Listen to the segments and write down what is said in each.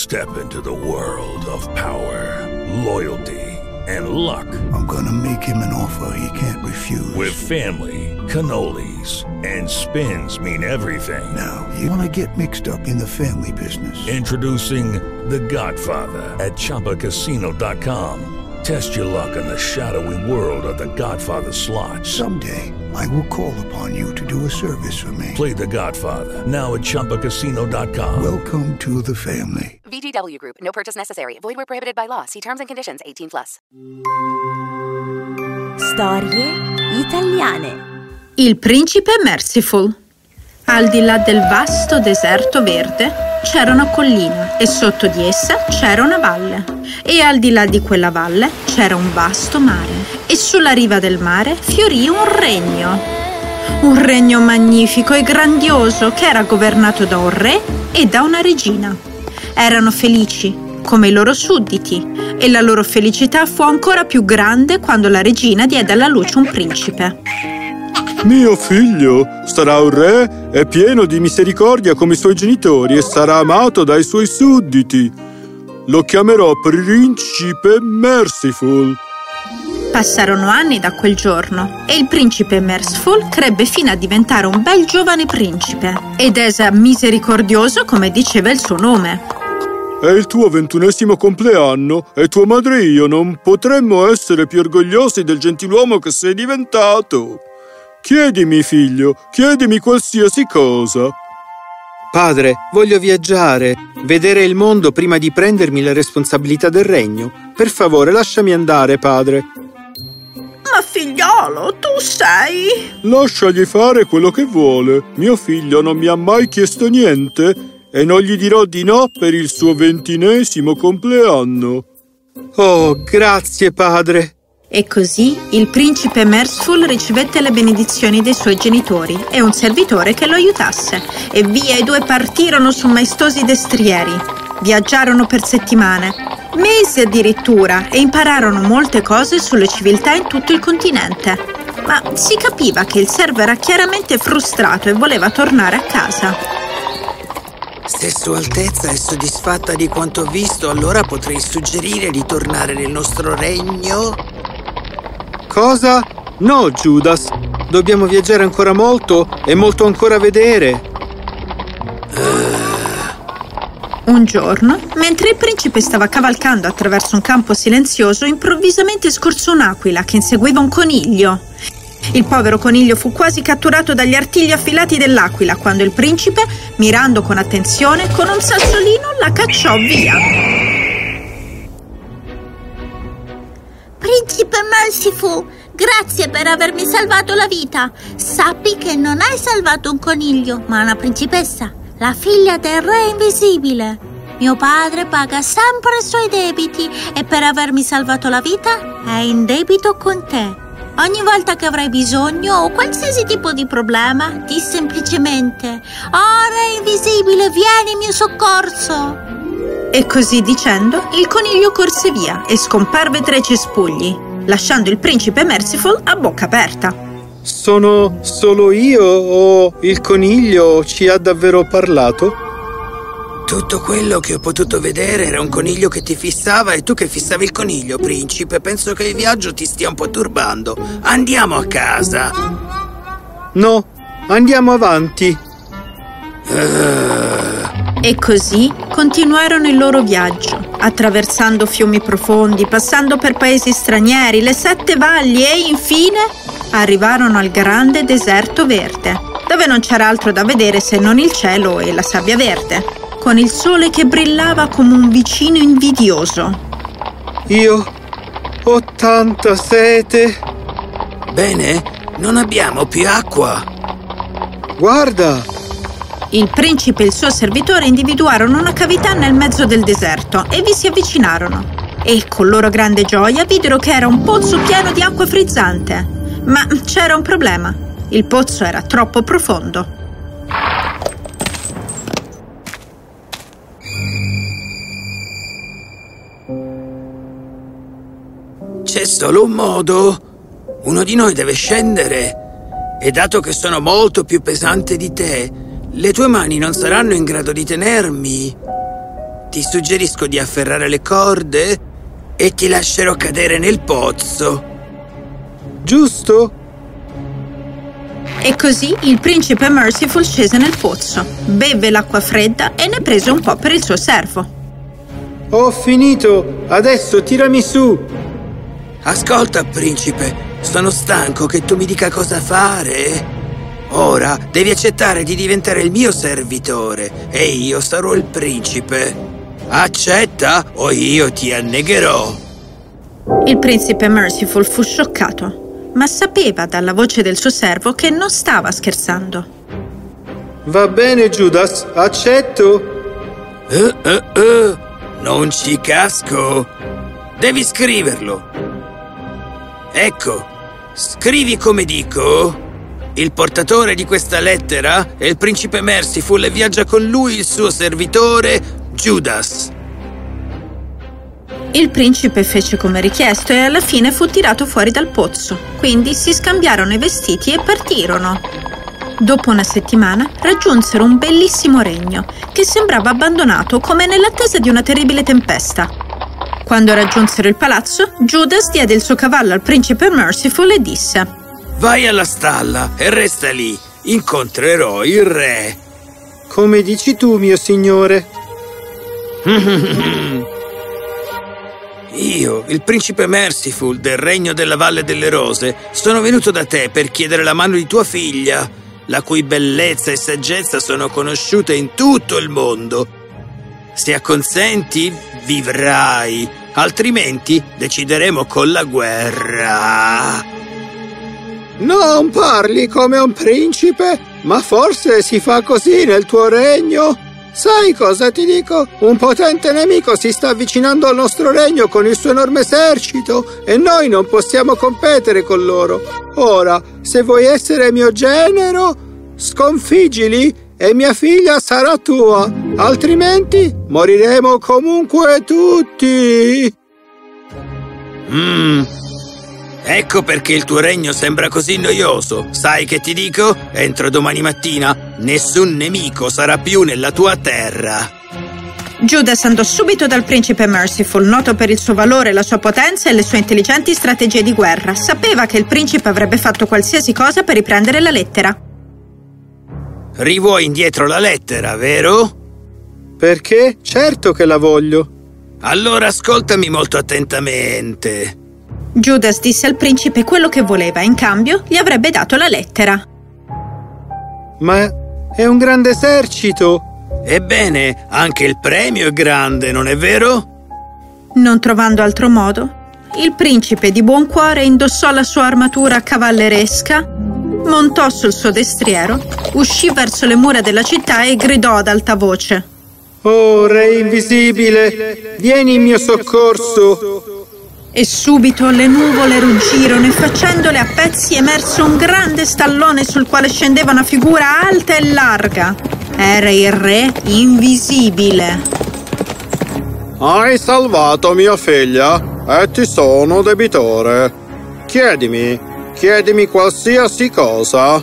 Step into the world of power, loyalty, and luck. I'm gonna make him an offer he can't refuse. With family, cannolis, and spins mean everything. Now, you wanna get mixed up in the family business. Introducing The Godfather at ChumbaCasino.com. Test your luck in the shadowy world of The Godfather slot. Someday, I will call upon you to do a service for me. Play The Godfather, now at ChumbaCasino.com. Welcome to the family. VGW Group. No purchase necessary. Void where prohibited by law. See terms and conditions. 18+. Storie italiane. Il principe Merciful. Al di là del vasto deserto verde c'era una collina e sotto di essa c'era una valle. E al di là di quella valle c'era un vasto mare. E sulla riva del mare fiorì un regno. Un regno magnifico e grandioso che era governato da un re e da una regina. Erano felici, come i loro sudditi, e la loro felicità fu ancora più grande quando la regina diede alla luce un principe. Mio figlio sarà un re e pieno di misericordia come i suoi genitori e sarà amato dai suoi sudditi. Lo chiamerò Principe Merciful. Passarono anni da quel giorno e il principe Merciful crebbe fino a diventare un bel giovane principe ed era misericordioso come diceva il suo nome. È il tuo 21° compleanno e tua madre e io non potremmo essere più orgogliosi del gentiluomo che sei diventato. Chiedimi, figlio, chiedimi qualsiasi cosa. Padre, voglio viaggiare, vedere il mondo prima di prendermi le responsabilità del regno. Per favore, lasciami andare, padre. Ma figliolo, tu sei... Lasciagli fare quello che vuole. Mio figlio non mi ha mai chiesto niente e non gli dirò di no per il suo 20° compleanno. Oh, grazie, padre. E così il principe Merciful ricevette le benedizioni dei suoi genitori e un servitore che lo aiutasse. E via i due partirono su maestosi destrieri. Viaggiarono per settimane, mesi addirittura, e impararono molte cose sulle civiltà in tutto il continente. Ma si capiva che il servo era chiaramente frustrato e voleva tornare a casa. Se Sua Altezza è soddisfatta di quanto ho visto, allora potrei suggerire di tornare nel nostro regno. Cosa? No, Judas. Dobbiamo viaggiare ancora molto e molto ancora vedere. Un giorno, mentre il principe stava cavalcando attraverso un campo silenzioso, improvvisamente scorse un'aquila che inseguiva un coniglio. Il povero coniglio fu quasi catturato dagli artigli affilati dell'aquila quando il principe, mirando con attenzione, con un sassolino la cacciò via. Principe Merciful, grazie per avermi salvato la vita. Sappi che non hai salvato un coniglio, ma una principessa, la figlia del re invisibile. Mio padre paga sempre i suoi debiti e per avermi salvato la vita è in debito con te. Ogni volta che avrai bisogno o qualsiasi tipo di problema, di semplicemente: "Oh, re invisibile, vieni in mio soccorso!" E così dicendo, il coniglio corse via e scomparve tra i cespugli, lasciando il principe Merciful a bocca aperta. Sono solo io o il coniglio ci ha davvero parlato? Tutto quello che ho potuto vedere era un coniglio che ti fissava e tu che fissavi il coniglio, principe. Penso che il viaggio ti stia un po' turbando. Andiamo a casa. No, andiamo avanti. E così continuarono il loro viaggio, attraversando fiumi profondi, passando per paesi stranieri, le 7 valli e infine arrivarono al grande deserto verde, dove non c'era altro da vedere se non il cielo e la sabbia verde, con il sole che brillava come un vicino invidioso. Io ho tanta sete. Bene, non abbiamo più acqua. Guarda! Il principe e il suo servitore individuarono una cavità nel mezzo del deserto e vi si avvicinarono. E con loro grande gioia videro che era un pozzo pieno di acqua frizzante. Ma c'era un problema. Il pozzo era troppo profondo. C'è solo un modo. Uno di noi deve scendere. E dato che sono molto più pesante di te, le tue mani non saranno in grado di tenermi. ti suggerisco di afferrare le corde e ti lascerò cadere nel pozzo. Giusto? E così il principe Merciful scese nel pozzo, bevve l'acqua fredda e ne prese un po' per il suo servo. Ho finito, adesso tirami su. Ascolta, principe, sono stanco che tu mi dica cosa fare. Ora devi accettare di diventare il mio servitore e io sarò il principe. Accetta o io ti annegherò. Il principe Merciful fu scioccato, ma sapeva dalla voce del suo servo che non stava scherzando. Va bene, Judas, accetto. Non ci casco. Devi scriverlo. Ecco, scrivi come dico. Il portatore di questa lettera è il principe Merciful e viaggia con lui il suo servitore Judas. Il principe fece come richiesto e alla fine fu tirato fuori dal pozzo, quindi si scambiarono i vestiti e partirono. Dopo una settimana raggiunsero un bellissimo regno che sembrava abbandonato come nell'attesa di una terribile tempesta. Quando raggiunsero il palazzo, Judas diede il suo cavallo al principe Merciful e disse: Vai alla stalla e resta lì, incontrerò il re. Come dici tu, mio signore. Io, il principe Merciful del regno della Valle delle Rose, sono venuto da te per chiedere la mano di tua figlia, la cui bellezza e saggezza sono conosciute in tutto il mondo. Se acconsenti, vivrai, altrimenti decideremo con la guerra. Non parli come un principe, ma forse si fa così nel tuo regno? Sai cosa ti dico? Un potente nemico si sta avvicinando al nostro regno con il suo enorme esercito e noi non possiamo competere con loro. Ora, se vuoi essere mio genero, sconfiggili e mia figlia sarà tua, altrimenti moriremo comunque tutti. Ecco perché il tuo regno sembra così noioso. Sai che ti dico? Entro domani mattina nessun nemico sarà più nella tua terra. Judas andò subito dal principe Merciful, noto per il suo valore, la sua potenza e le sue intelligenti strategie di guerra. Sapeva che il principe avrebbe fatto qualsiasi cosa per riprendere la lettera. Rivuoi indietro la lettera, vero? Perché? Certo che la voglio. Allora ascoltami molto attentamente. Judas disse al principe quello che voleva e in cambio gli avrebbe dato la lettera. Ma è un grande esercito. Ebbene, anche il premio è grande, non è vero? Non trovando altro modo, il principe di buon cuore indossò la sua armatura cavalleresca, montò sul suo destriero, uscì verso le mura della città e gridò ad alta voce: Oh, re invisibile, vieni in mio soccorso! E subito le nuvole ruggirono e facendole a pezzi emerse un grande stallone sul quale scendeva una figura alta e larga. Era il re invisibile. Hai salvato mia figlia e ti sono debitore. Chiedimi qualsiasi cosa.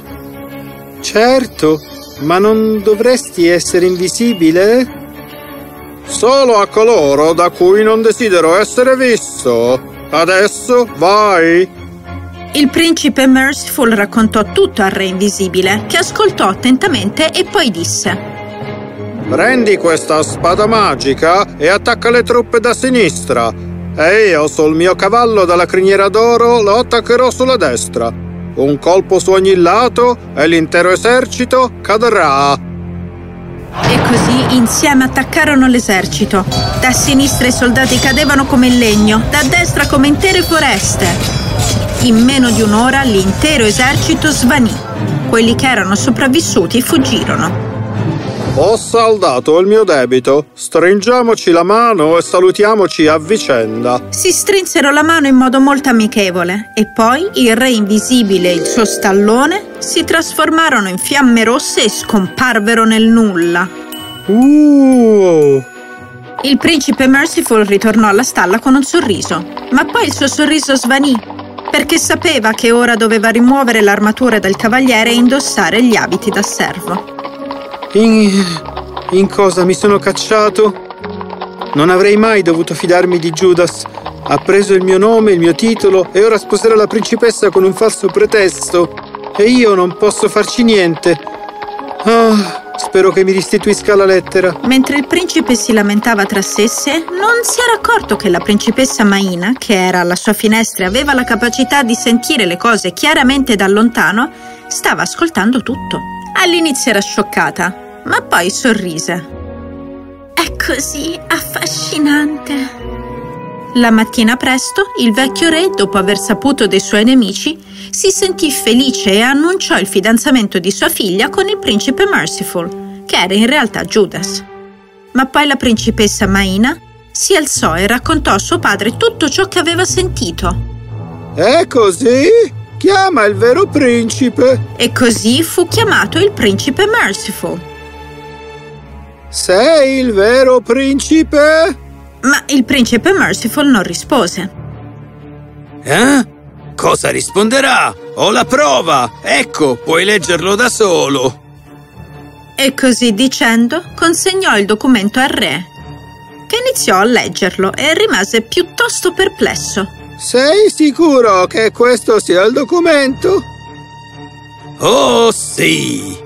Certo, ma non dovresti essere invisibile? Solo a coloro da cui non desidero essere visto. Adesso vai. Il principe Merciful raccontò tutto al re invisibile, che ascoltò attentamente e poi disse: Prendi questa spada magica e attacca le truppe da sinistra. E io sul mio cavallo dalla criniera d'oro lo attaccherò sulla destra. Un colpo su ogni lato e l'intero esercito cadrà. E così insieme attaccarono l'esercito. Da sinistra i soldati cadevano come il legno, da destra come intere foreste. In meno di un'ora l'intero esercito svanì. Quelli che erano sopravvissuti fuggirono. Ho saldato il mio debito. Stringiamoci la mano e salutiamoci a vicenda. Si strinsero la mano in modo molto amichevole e poi il re invisibile e il suo stallone si trasformarono in fiamme rosse e scomparvero nel nulla. Il principe Merciful ritornò alla stalla con un sorriso, ma poi il suo sorriso svanì, perché sapeva che ora doveva rimuovere l'armatura del cavaliere e indossare gli abiti da servo. In cosa mi sono cacciato? Non avrei mai dovuto fidarmi di Judas. Ha preso il mio nome, il mio titolo e ora sposerà la principessa con un falso pretesto. E io non posso farci niente. Spero che mi restituisca la lettera. Mentre il principe si lamentava tra sé e sé, non si era accorto che la principessa Maina, che era alla sua finestra e aveva la capacità di sentire le cose chiaramente da lontano, stava ascoltando tutto. All'inizio era scioccata, ma poi sorrise. È così affascinante. La mattina presto, il vecchio re, dopo aver saputo dei suoi nemici, si sentì felice e annunciò il fidanzamento di sua figlia con il principe Merciful, che era in realtà Judas. Ma poi la principessa Maina si alzò e raccontò a suo padre tutto ciò che aveva sentito. È così? Chiama il vero principe. E così fu chiamato il principe Merciful. Sei il vero principe? Ma il principe Merciful non rispose. Cosa risponderà? Ho la prova! Ecco, puoi leggerlo da solo. E così dicendo, consegnò il documento al re, che iniziò a leggerlo e rimase piuttosto perplesso. Sei sicuro che questo sia il documento? Oh, sì!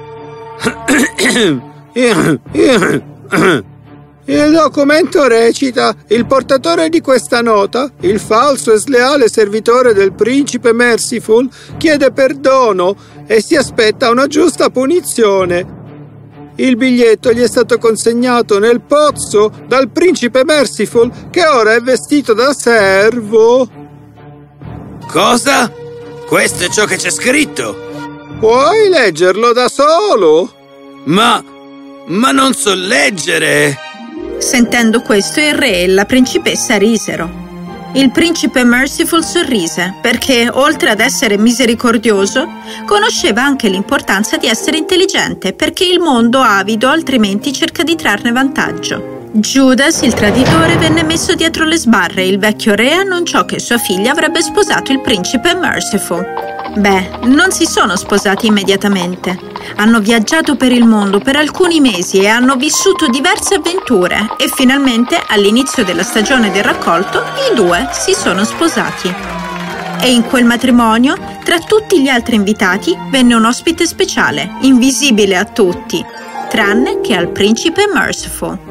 Il documento recita: il portatore di questa nota, il falso e sleale servitore del principe Merciful, chiede perdono e si aspetta una giusta punizione. Il biglietto gli è stato consegnato nel pozzo dal principe Merciful, che ora è vestito da servo. Cosa? Questo è ciò che c'è scritto? Puoi leggerlo da solo? Ma non so leggere! Sentendo questo, il re e la principessa risero. Il principe Merciful sorrise perché, oltre ad essere misericordioso, conosceva anche l'importanza di essere intelligente, perché il mondo avido altrimenti cerca di trarne vantaggio. Judas, il traditore, venne messo dietro le sbarre e il vecchio re annunciò che sua figlia avrebbe sposato il principe Merciful. Beh, non si sono sposati immediatamente. Hanno viaggiato per il mondo per alcuni mesi e hanno vissuto diverse avventure e finalmente, all'inizio della stagione del raccolto, i due si sono sposati. E in quel matrimonio, tra tutti gli altri invitati, venne un ospite speciale, invisibile a tutti, tranne che al principe Merciful.